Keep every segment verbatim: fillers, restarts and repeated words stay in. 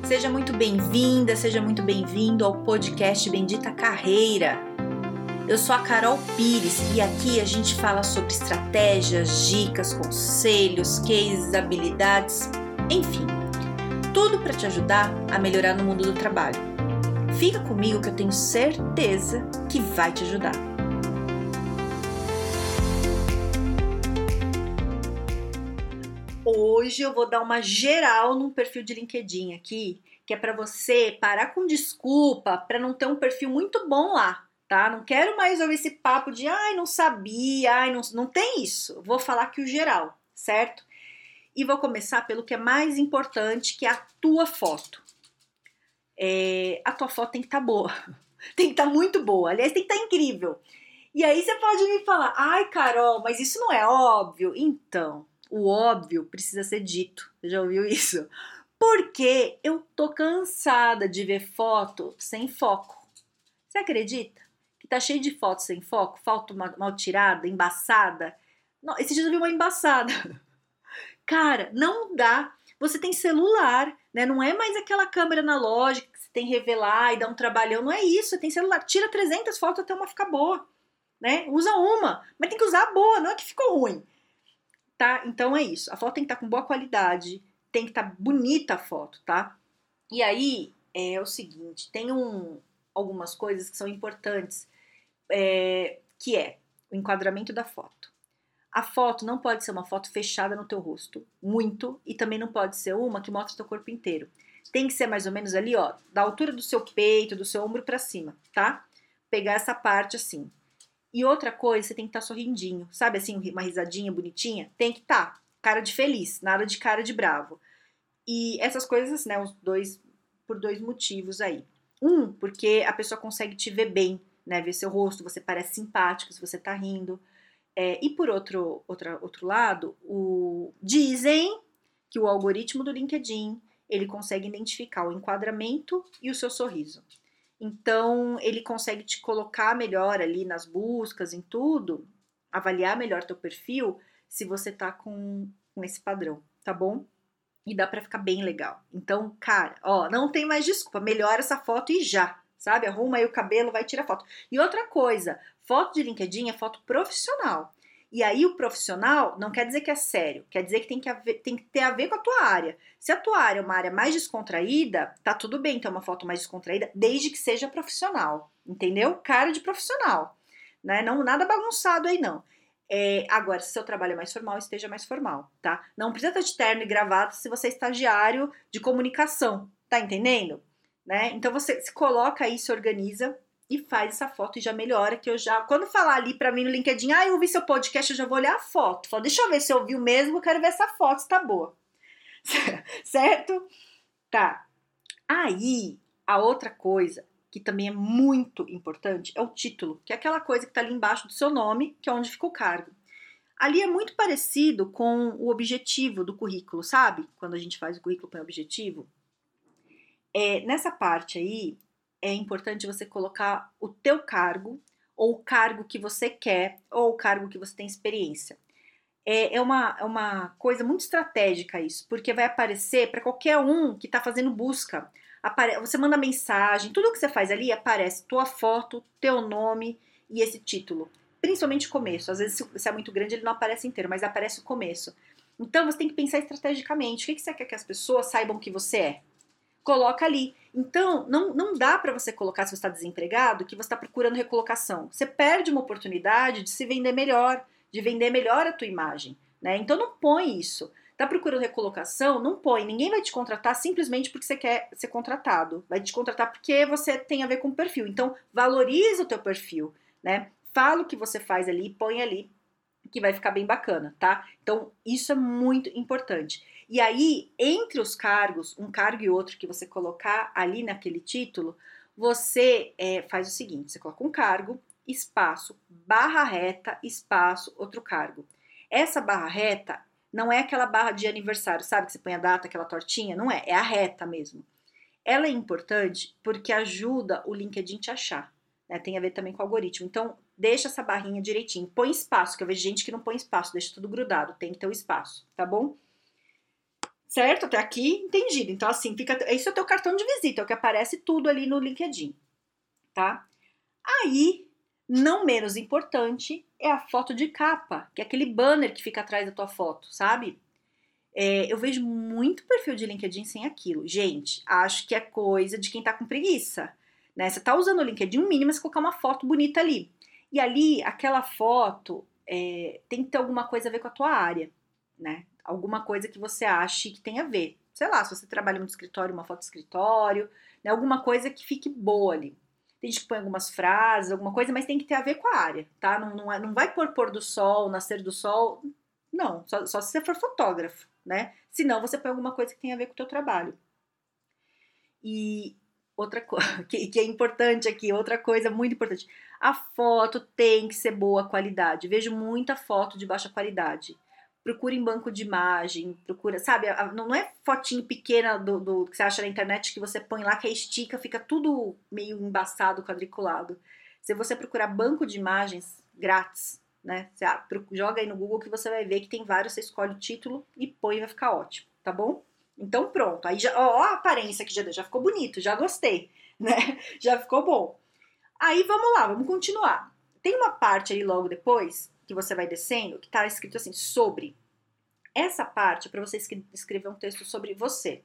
Seja muito bem-vinda, seja muito bem-vindo ao podcast Bendita Carreira. Eu sou a Carol Pires e aqui a gente fala sobre estratégias, dicas, conselhos, cases, habilidades, enfim, tudo para te ajudar a melhorar no mundo do trabalho. Fica comigo que eu tenho certeza que vai te ajudar. Hoje eu vou dar uma geral num perfil de LinkedIn aqui, que é para você parar com desculpa para não ter um perfil muito bom lá, tá? Não quero mais ouvir esse papo de ai, não sabia, ai, não, não tem isso. Vou falar aqui o geral, certo? E vou começar pelo que é mais importante, que é a tua foto. É, a tua foto tem que estar boa, tem que estar muito boa, aliás, tem que estar incrível. E aí você pode me falar, ai, Carol, mas isso não é óbvio? Então... O óbvio precisa ser dito. Você já ouviu isso? Porque eu tô cansada de ver foto sem foco. Você acredita? Que tá cheio de foto sem foco, foto mal tirada, embaçada. Não, esse dia eu vi uma embaçada. Cara, não dá. Você tem celular, né? Não é mais aquela câmera analógica que você tem que revelar e dar um trabalhão. Não é isso. Você tem celular. Tira trezentas fotos até uma ficar boa, né? Usa uma, mas tem que usar a boa, não é que ficou ruim. Tá? Então é isso, a foto tem que estar com boa qualidade, tem que estar bonita a foto, tá? E aí é o seguinte, tem um, algumas coisas que são importantes, é, que é o enquadramento da foto. A foto não pode ser uma foto fechada no teu rosto, muito, e também não pode ser uma que mostra o teu corpo inteiro. Tem que ser mais ou menos ali, ó, da altura do seu peito, do seu ombro pra cima, tá? Pegar essa parte assim. E outra coisa, você tem que estar sorrindinho, sabe assim, uma risadinha bonitinha? Tem que estar, cara de feliz, nada de cara de bravo. E essas coisas, né, os dois, por dois motivos aí. Um, porque a pessoa consegue te ver bem, né, ver seu rosto, você parece simpático se você tá rindo. É, e por outro, outra, outro lado, o, dizem que o algoritmo do LinkedIn, ele consegue identificar o enquadramento e o seu sorriso. Então, ele consegue te colocar melhor ali nas buscas, em tudo, avaliar melhor teu perfil, se você tá com, com esse padrão, tá bom? E dá pra ficar bem legal. Então, cara, ó, não tem mais desculpa, melhora essa foto e já, sabe? Arruma aí o cabelo, vai tirar foto. E outra coisa, foto de LinkedIn é foto profissional. E aí o profissional não quer dizer que é sério, quer dizer que tem que, haver, tem que ter a ver com a tua área. Se a tua área é uma área mais descontraída, tá tudo bem ter uma foto mais descontraída, desde que seja profissional, entendeu? Cara de profissional, né? Não, nada bagunçado aí não. É, agora, se seu trabalho é mais formal, esteja mais formal, tá? Não precisa estar de terno e gravata se você é estagiário de comunicação, tá entendendo? Né? Então você se coloca aí, se organiza e faz essa foto e já melhora, que eu já... Quando falar ali pra mim no LinkedIn, ah, eu ouvi seu podcast, eu já vou olhar a foto. Falo, deixa eu ver se eu ouviu mesmo, eu quero ver essa foto, se tá boa. Certo? Tá. Aí, a outra coisa, que também é muito importante, é o título, que é aquela coisa que tá ali embaixo do seu nome, que é onde fica o cargo. Ali é muito parecido com o objetivo do currículo, sabe? Quando a gente faz o currículo com objetivo. É, nessa parte aí, é importante você colocar o teu cargo, ou o cargo que você quer, ou o cargo que você tem experiência. É, é, uma, é uma coisa muito estratégica isso, porque vai aparecer para qualquer um que está fazendo busca. Apare- você manda mensagem, tudo que você faz ali aparece tua foto, teu nome e esse título. Principalmente o começo. Às vezes, se, se é muito grande, ele não aparece inteiro, mas aparece o começo. Então, você tem que pensar estrategicamente. O que, que você quer que as pessoas saibam que você é? Coloca ali. Então, não, não dá para você colocar, se você está desempregado, que você está procurando recolocação. Você perde uma oportunidade de se vender melhor, de vender melhor a tua imagem, né? Então, não põe isso. Tá procurando recolocação? Não põe. Ninguém vai te contratar simplesmente porque você quer ser contratado. Vai te contratar porque você tem a ver com o perfil. Então, valoriza o teu perfil, né? Fala o que você faz ali, põe ali, que vai ficar bem bacana, tá? Então, isso é muito importante. E aí, entre os cargos, um cargo e outro que você colocar ali naquele título, você é, faz o seguinte, você coloca um cargo, espaço, barra reta, espaço, outro cargo. Essa barra reta não é aquela barra de aniversário, sabe? Que você põe a data, aquela tortinha, não é, é a reta mesmo. Ela é importante porque ajuda o LinkedIn te achar, né? Tem a ver também com o algoritmo. Então, deixa essa barrinha direitinho, põe espaço, que eu vejo gente que não põe espaço, deixa tudo grudado, tem que ter o espaço, tá bom? Certo? Até aqui, entendido. Então, assim, fica, esse é o teu cartão de visita, é o que aparece tudo ali no LinkedIn, tá? Aí, não menos importante, é a foto de capa, que é aquele banner que fica atrás da tua foto, sabe? É, eu vejo muito perfil de LinkedIn sem aquilo. Gente, acho que é coisa de quem tá com preguiça, né? Você tá usando o LinkedIn, o mínimo é você colocar uma foto bonita ali. E ali, aquela foto é, tem que ter alguma coisa a ver com a tua área, né? Alguma coisa que você ache que tem a ver. Sei lá, se você trabalha no escritório, uma foto de escritório, né? Alguma coisa que fique boa ali. Tem gente que põe algumas frases, alguma coisa, mas tem que ter a ver com a área, tá? Não, não, é- não vai pôr pôr do sol, nascer do sol, não, só, só se você for fotógrafo, né? Se não, você põe alguma coisa que tem a ver com o teu trabalho. E outra coisa que, que é importante aqui, outra coisa muito importante, a foto tem que ser boa qualidade. Vejo muita foto de baixa qualidade. Procura em banco de imagem, procura, sabe, a- não é fotinho pequena do, do que você acha na internet que você põe lá, que aí estica, fica tudo meio embaçado, quadriculado. Se você procurar banco de imagens grátis, né, você ah, pro- joga aí no Google que você vai ver que tem vários, você escolhe o título e põe e vai ficar ótimo, tá bom? Então pronto, aí já, ó, ó a aparência que já deu, já ficou bonito, já gostei, né? Já ficou bom. Aí vamos lá, vamos continuar. Tem uma parte aí logo depois, que você vai descendo, que tá escrito assim, sobre. Essa parte é para você escrever um texto sobre você.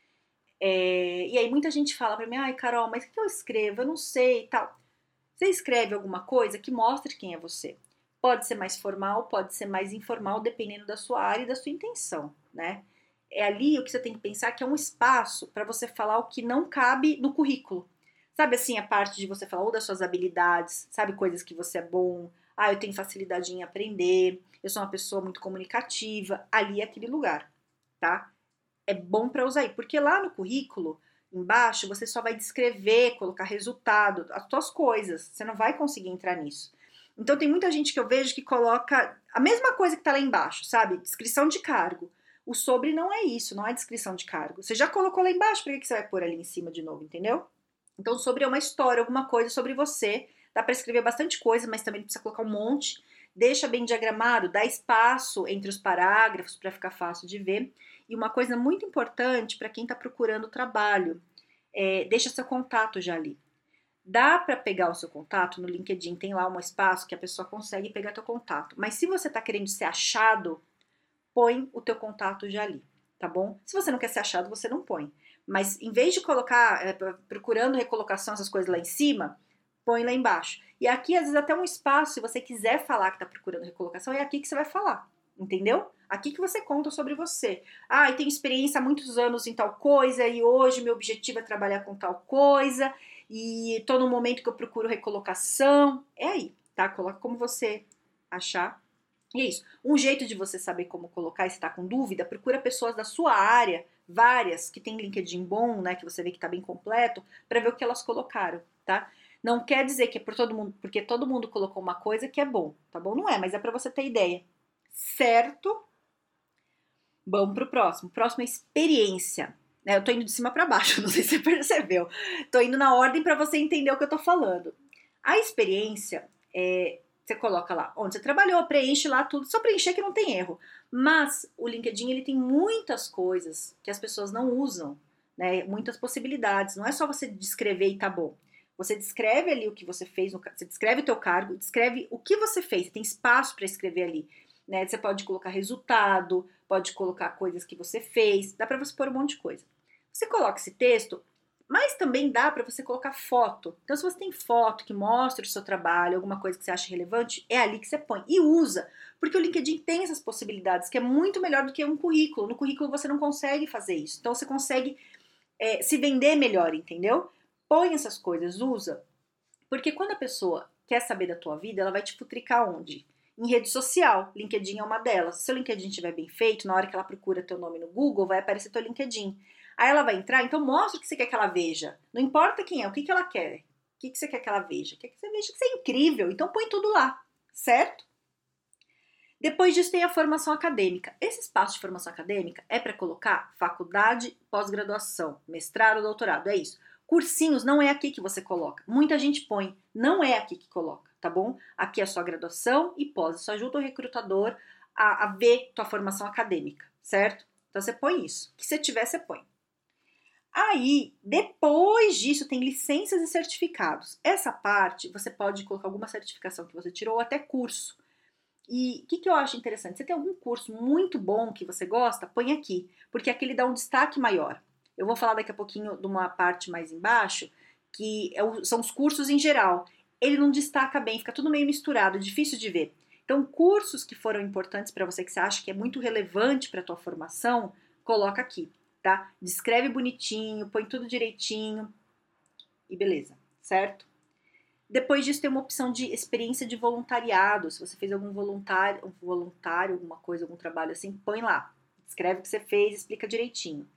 É, e aí muita gente fala pra mim, ai Carol, mas o que eu escrevo? Eu não sei e tal. Você escreve alguma coisa que mostre quem é você. Pode ser mais formal, pode ser mais informal, dependendo da sua área e da sua intenção, né? É ali o que você tem que pensar que é um espaço para você falar o que não cabe no currículo. Sabe assim, a parte de você falar ou das suas habilidades, sabe, coisas que você é bom, ah, eu tenho facilidade em aprender, eu sou uma pessoa muito comunicativa, ali é aquele lugar, tá? É bom para usar aí, porque lá no currículo, embaixo, você só vai descrever, colocar resultado, as suas coisas, você não vai conseguir entrar nisso. Então tem muita gente que eu vejo que coloca a mesma coisa que tá lá embaixo, sabe? Descrição de cargo. O sobre não é isso, não é descrição de cargo. Você já colocou lá embaixo, por que que você vai pôr ali em cima de novo, entendeu? Então sobre é uma história, alguma coisa sobre você. Dá para escrever bastante coisa, mas também precisa colocar um monte. Deixa bem diagramado, dá espaço entre os parágrafos para ficar fácil de ver. E uma coisa muito importante para quem está procurando trabalho, é, deixa seu contato já ali. Dá para pegar o seu contato no LinkedIn, tem lá um espaço que a pessoa consegue pegar teu contato. Mas se você está querendo ser achado, põe o teu contato já ali, tá bom? Se você não quer ser achado, você não põe. Mas em vez de colocar, é, procurando recolocação, essas coisas lá em cima, põe lá embaixo. E aqui, às vezes, até um espaço, se você quiser falar que está procurando recolocação, é aqui que você vai falar, entendeu? Aqui que você conta sobre você. Ah, e tenho experiência há muitos anos em tal coisa, e hoje meu objetivo é trabalhar com tal coisa, e tô no momento que eu procuro recolocação. É aí, tá? Coloca como você achar. E é isso. Um jeito de você saber como colocar e se está com dúvida, procura pessoas da sua área, várias, que tem LinkedIn bom, né, que você vê que está bem completo, para ver o que elas colocaram, tá? Não quer dizer que é por todo mundo, porque todo mundo colocou uma coisa que é bom, tá bom? Não é, mas é para você ter ideia. Certo? Vamos pro próximo. Próximo é experiência. Né, eu tô indo de cima para baixo, não sei se você percebeu. Tô indo na ordem para você entender o que eu tô falando. A experiência é, você coloca lá onde você trabalhou, preenche lá tudo, só preencher que não tem erro. Mas o LinkedIn ele tem muitas coisas que as pessoas não usam, né? Muitas possibilidades. Não é só você descrever e tá bom. Você descreve ali o que você fez, no, você descreve o teu cargo, descreve o que você fez, tem espaço para escrever ali. Né? Você pode colocar resultado, pode colocar coisas que você fez, dá para você pôr um monte de coisa. Você coloca esse texto, mas também dá para você colocar foto. Então, se você tem foto que mostra o seu trabalho, alguma coisa que você acha relevante, é ali que você põe. E usa, porque o LinkedIn tem essas possibilidades, que é muito melhor do que um currículo. No currículo você não consegue fazer isso. Então, você consegue é, se vender melhor, entendeu? Põe essas coisas, usa. Porque quando a pessoa quer saber da tua vida, ela vai te futricar onde? Em rede social. LinkedIn é uma delas. Se o LinkedIn estiver bem feito, na hora que ela procura teu nome no Google, vai aparecer teu LinkedIn. Aí ela vai entrar, então mostra o que você quer que ela veja. Não importa quem é, o que, que ela quer. O que, que você quer que ela veja? Quer que você veja que você é incrível. Então põe tudo lá, certo? Depois disso tem a formação acadêmica. Esse espaço de formação acadêmica é para colocar faculdade, pós-graduação, mestrado, doutorado, é isso. Cursinhos não é aqui que você coloca. Muita gente põe, não é aqui que coloca, tá bom? Aqui é a sua graduação e pós. Isso ajuda o recrutador a, a ver tua formação acadêmica, certo? Então você põe isso. O que você tiver, você põe. Aí, depois disso, tem licenças e certificados. Essa parte, você pode colocar alguma certificação que você tirou ou até curso. E o que, que eu acho interessante? Você tem algum curso muito bom que você gosta? Põe aqui, porque aqui ele dá um destaque maior. Eu vou falar daqui a pouquinho de uma parte mais embaixo, que é o, são os cursos em geral. Ele não destaca bem, fica tudo meio misturado, difícil de ver. Então, cursos que foram importantes para você, que você acha que é muito relevante para a tua formação, coloca aqui. Tá? Descreve bonitinho, põe tudo direitinho e beleza, certo? Depois disso tem uma opção de experiência de voluntariado. Se você fez algum voluntário, um voluntário, alguma coisa, algum trabalho assim, põe lá. Escreve o que você fez, explica direitinho.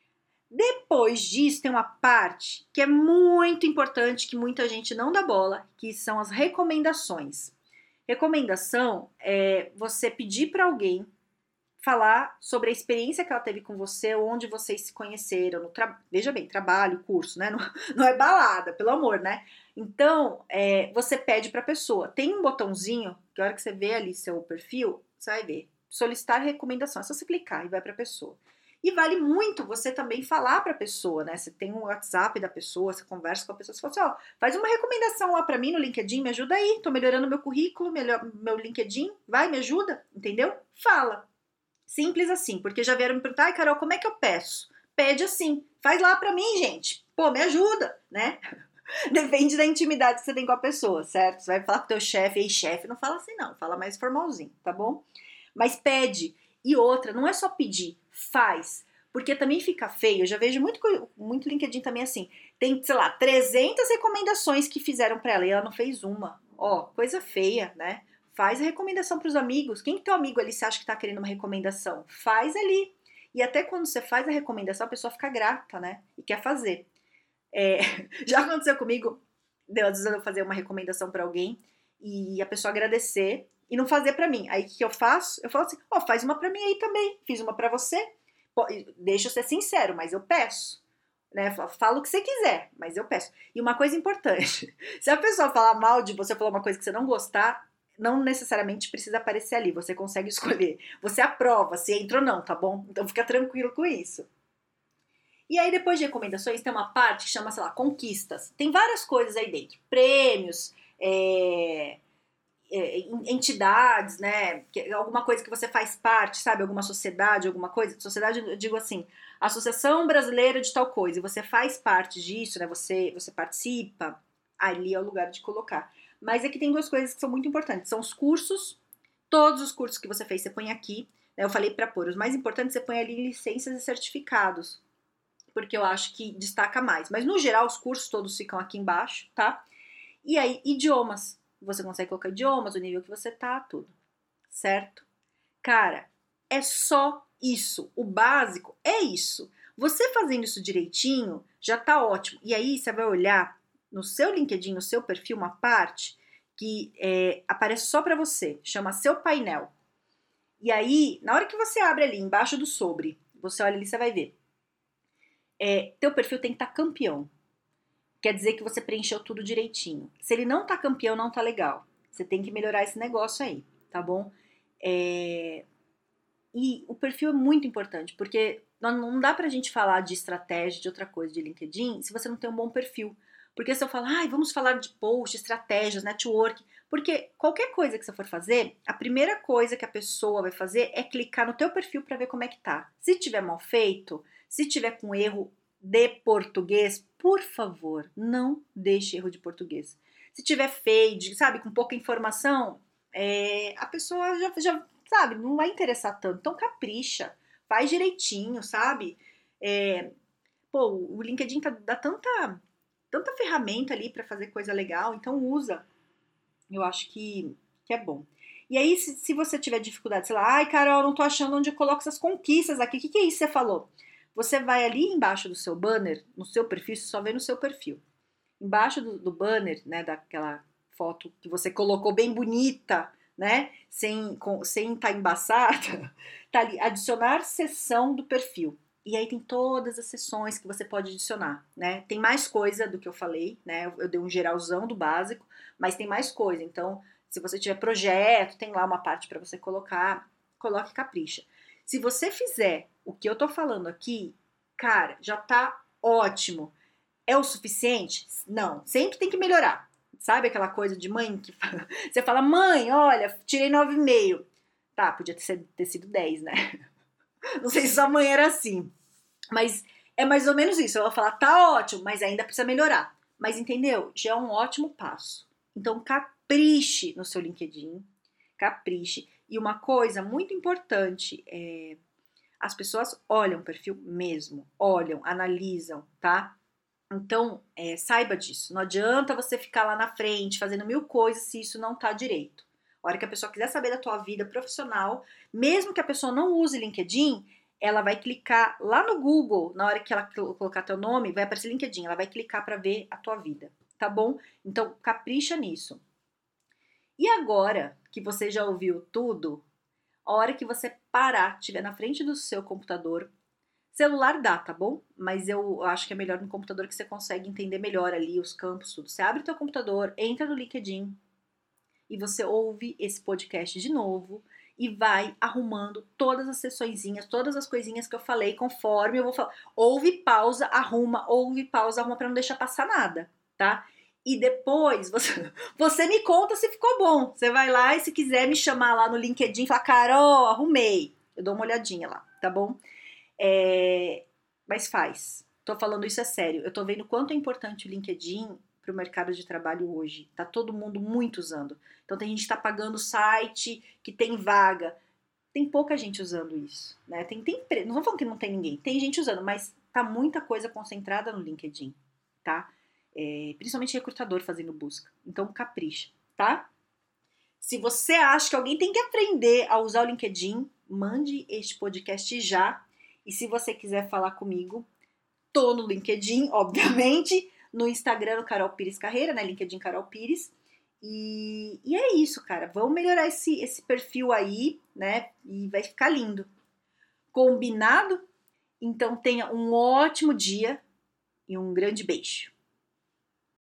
Depois disso tem uma parte que é muito importante, que muita gente não dá bola, que são as recomendações. Recomendação é você pedir para alguém falar sobre a experiência que ela teve com você, onde vocês se conheceram, no tra... veja bem, trabalho, curso, né? Não, não é balada, pelo amor, né? Então, é, você pede pra pessoa, tem um botãozinho, que a hora que você vê ali seu perfil, você vai ver, solicitar recomendação, é só você clicar e vai pra pessoa. E vale muito você também falar pra pessoa, né? Você tem um WhatsApp da pessoa, você conversa com a pessoa, você fala assim, ó, faz uma recomendação lá pra mim no LinkedIn, me ajuda aí, tô melhorando meu currículo, melhor, meu LinkedIn, vai, me ajuda, entendeu? Fala. Simples assim, porque já vieram me perguntar, ai Carol, como é que eu peço? Pede assim, faz lá pra mim, gente. Pô, me ajuda, né? Depende da intimidade que você tem com a pessoa, certo? Você vai falar com o teu chefe, ei chefe, não fala assim não, fala mais formalzinho, tá bom? Mas pede. E outra, não é só pedir, faz. Porque também fica feio, eu já vejo muito, muito LinkedIn também assim, tem, sei lá, trezentas recomendações que fizeram pra ela e ela não fez uma. Ó, coisa feia, né? Faz a recomendação para os amigos. Quem que teu amigo ali você acha que tá querendo uma recomendação? Faz ali. E até quando você faz a recomendação, a pessoa fica grata, né? E quer fazer. É, já aconteceu comigo, de, às vezes eu fazer uma recomendação para alguém e a pessoa agradecer e não fazer para mim. Aí o que eu faço? Eu falo assim, ó, oh, faz uma para mim aí também. Fiz uma para você. Pô, deixa eu ser sincero, mas eu peço. Né? Fala o que você quiser, mas eu peço. E uma coisa importante, se a pessoa falar mal de você, falar uma coisa que você não gostar, não necessariamente precisa aparecer ali, você consegue escolher. Você aprova se entra ou não, tá bom? Então fica tranquilo com isso. E aí depois de recomendações tem uma parte que chama, sei lá, conquistas. Tem várias coisas aí dentro. Prêmios, é, é, entidades, né? Alguma coisa que você faz parte, sabe? Alguma sociedade, alguma coisa. Sociedade, eu digo assim, Associação Brasileira de tal coisa. E você faz parte disso, né? Você, você participa. Ali é o lugar de colocar. Mas aqui tem duas coisas que são muito importantes. São os cursos, todos os cursos que você fez, você põe aqui. Né? Eu falei para pôr. Os mais importantes, você põe ali licenças e certificados. Porque eu acho que destaca mais. Mas, no geral, os cursos todos ficam aqui embaixo, tá? E aí, idiomas. Você consegue colocar idiomas, o nível que você tá, tudo. Certo? Cara, é só isso. O básico é isso. Você fazendo isso direitinho, já tá ótimo. E aí, você vai olhar no seu LinkedIn, no seu perfil, uma parte que é, aparece só para você, chama seu painel. E aí, na hora que você abre ali, embaixo do sobre, você olha ali, você vai ver. É, teu perfil tem que estar tá campeão. Quer dizer que você preencheu tudo direitinho. Se ele não tá campeão, não tá legal. Você tem que melhorar esse negócio aí, tá bom? É... E o perfil é muito importante, porque não dá pra gente falar de estratégia, de outra coisa de LinkedIn, se você não tem um bom perfil. Porque se eu falar, ai, vamos falar de post, estratégias, network, porque qualquer coisa que você for fazer, a primeira coisa que a pessoa vai fazer é clicar no teu perfil para ver como é que tá. Se tiver mal feito, se tiver com erro de português, por favor, não deixe erro de português. Se tiver feio, sabe, com pouca informação, é, a pessoa já, já, sabe, não vai interessar tanto. Então capricha, faz direitinho, sabe? É, pô, o LinkedIn tá, dá tanta... tanta ferramenta ali para fazer coisa legal, então usa. Eu acho que, que é bom. E aí, se, se você tiver dificuldade, sei lá, ai, Carol, não tô achando onde eu coloco essas conquistas aqui. O que, que é isso que você falou? Você vai ali embaixo do seu banner, no seu perfil, você só vê no seu perfil. Embaixo do, do banner, né, daquela foto que você colocou bem bonita, né, sem com, sem tá embaçada, tá ali, adicionar seção do perfil. E aí tem todas as seções que você pode adicionar, né? Tem mais coisa do que eu falei, né? Eu, eu dei um geralzão do básico, mas tem mais coisa. Então, se você tiver projeto, tem lá uma parte para você colocar, coloque e capricha. Se você fizer o que eu tô falando aqui, cara, já tá ótimo. É o suficiente? Não, sempre tem que melhorar. Sabe aquela coisa de mãe que fala, você fala, mãe, olha, tirei nove vírgula cinco. Tá, podia ter, ter sido dez, né? Não sei se sua mãe era assim. Mas é mais ou menos isso. Ela fala, tá ótimo, mas ainda precisa melhorar. Mas entendeu? Já é um ótimo passo. Então capriche no seu LinkedIn. Capriche. E uma coisa muito importante é... As pessoas olham o perfil mesmo. Olham, analisam, tá? Então, é, saiba disso. Não adianta você ficar lá na frente fazendo mil coisas se isso não tá direito. A hora que a pessoa quiser saber da tua vida profissional, mesmo que a pessoa não use LinkedIn, ela vai clicar lá no Google, na hora que ela colocar teu nome, vai aparecer LinkedIn, ela vai clicar para ver a tua vida, tá bom? Então, capricha nisso. E agora que você já ouviu tudo, a hora que você parar, estiver na frente do seu computador, celular dá, tá bom? Mas eu acho que é melhor no computador que você consegue entender melhor ali os campos, tudo. Você abre teu computador, entra no LinkedIn e você ouve esse podcast de novo e vai arrumando todas as sessõezinhas, todas as coisinhas que eu falei, conforme eu vou falar. Ouve, pausa, arruma, ouve, pausa, arruma, pra não deixar passar nada, tá? E depois você, você me conta se ficou bom. Você vai lá e se quiser me chamar lá no LinkedIn, falar, Carol, arrumei. Eu dou uma olhadinha lá, tá bom? É, mas faz. Tô falando isso é sério. Eu tô vendo quanto é importante o LinkedIn pro mercado de trabalho hoje. Tá todo mundo muito usando. Então tem gente que tá pagando site que tem vaga. Tem pouca gente usando isso, né? Tem, tem, não tô falando que não tem ninguém. Tem gente usando, mas tá muita coisa concentrada no LinkedIn, tá? É, principalmente recrutador fazendo busca. Então capricha, tá? Se você acha que alguém tem que aprender a usar o LinkedIn, mande este podcast já. E se você quiser falar comigo, tô no LinkedIn, obviamente, no Instagram, no Carol Pires Carreira, né? LinkedIn Carol Pires. E, e é isso, cara. Vamos melhorar esse, esse perfil aí, né? E vai ficar lindo. Combinado? Então tenha um ótimo dia e um grande beijo.